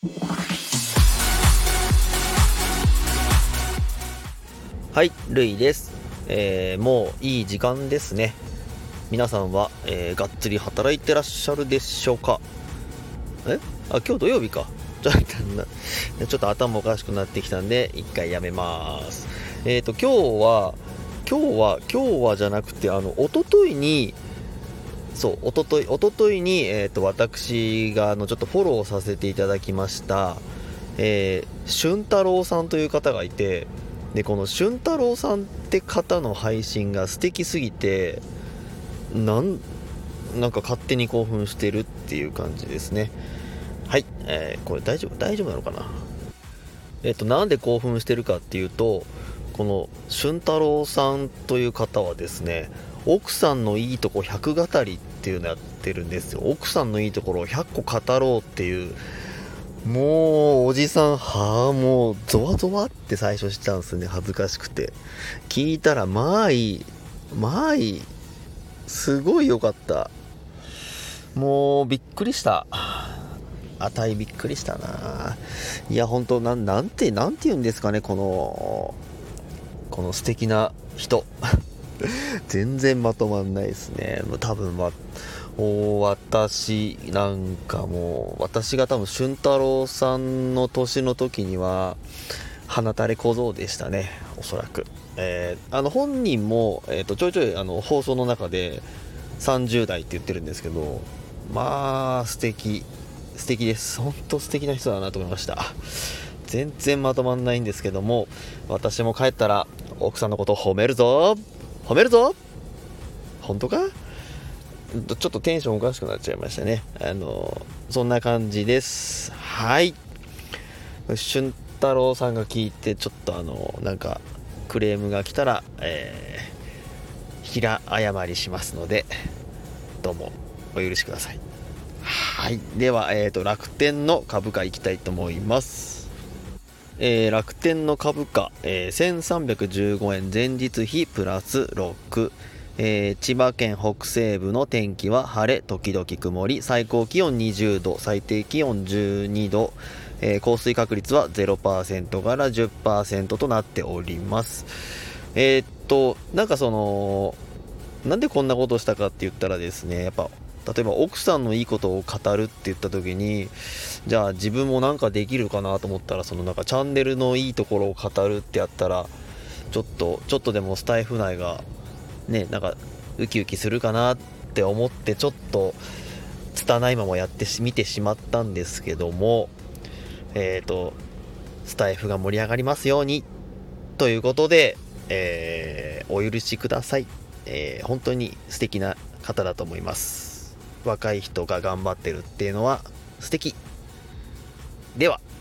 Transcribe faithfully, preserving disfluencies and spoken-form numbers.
はい、ルイです。えー、もういい時間ですね。皆さんは、えー、がっつり働いてらっしゃるでしょうか。えあ、今日土曜日か。ちょっとちょっと頭おかしくなってきたんで一回やめます。えーと今日は今日は今日はじゃなくてあの一昨日にそう一昨日一昨日にえーと私があのちょっとフォローさせていただきました、えー、俊太郎さんという方がいて、でこの俊太郎さんって方の配信が素敵すぎてなんなんか勝手に興奮してるっていう感じですね。はい、えー、これ大丈夫大丈夫なのかな。えっとなんで興奮してるかっていうと、この俊太郎さんという方はですね、奥さんのいいとこひゃく語りっていうのやってるんですよ。奥さんのいいところをひゃっこ語ろうっていう、もうおじさんはあもうゾワゾワって最初したんですね。恥ずかしくて聞いたらまあいいまあいいすごい良かった。もうびっくりした。あたいびっくりしたな。いや本当なんなんてなんて言うんですかね、このこの素敵な人全然まとまんないですね。もう多分ま私なんかもう私が多分俊太郎さんの年の時には鼻垂れ小僧でしたね、おそらく。えー、あの本人も、えー、とちょいちょいあの放送の中でさんじゅう代って言ってるんですけど、まあ素敵素敵です。本当素敵な人だなと思いました。全然まとまんないんですけども、私も帰ったら奥さんのこと褒めるぞ褒めるぞ。本当か。ちょっとテンションおかしくなっちゃいましたね。あのそんな感じです。はい、俊太郎さんが聞いてちょっとあのなんかクレームが来たら、えー、平謝りしますのでどうもお許しください。はい、では、えーと、楽天の株価いきたいと思います。えー、楽天の株価、えー、せんさんびゃくじゅうごえん、前日比プラスろく、えー、千葉県北西部の天気は晴れ時々曇り、最高気温にじゅうど、最低気温じゅうにど、えー、降水確率は ゼロパーセント から じゅっパーセント となっております。えー、っとなんかそのなんでこんなことをしたかって言ったらですね、やっぱ例えば奥さんのいいことを語るって言った時に、じゃあ自分もなんかできるかなと思ったら、そのなんかチャンネルのいいところを語るってやったらちょっとちょっとでもスタイフ内がね、なんかウキウキするかなって思って、ちょっと拙いままやってみてしまったんですけども、えーとスタイフが盛り上がりますようにということで、えー、お許しください。えー、本当に素敵な方だと思います。若い人が頑張ってるっていうのは素敵では。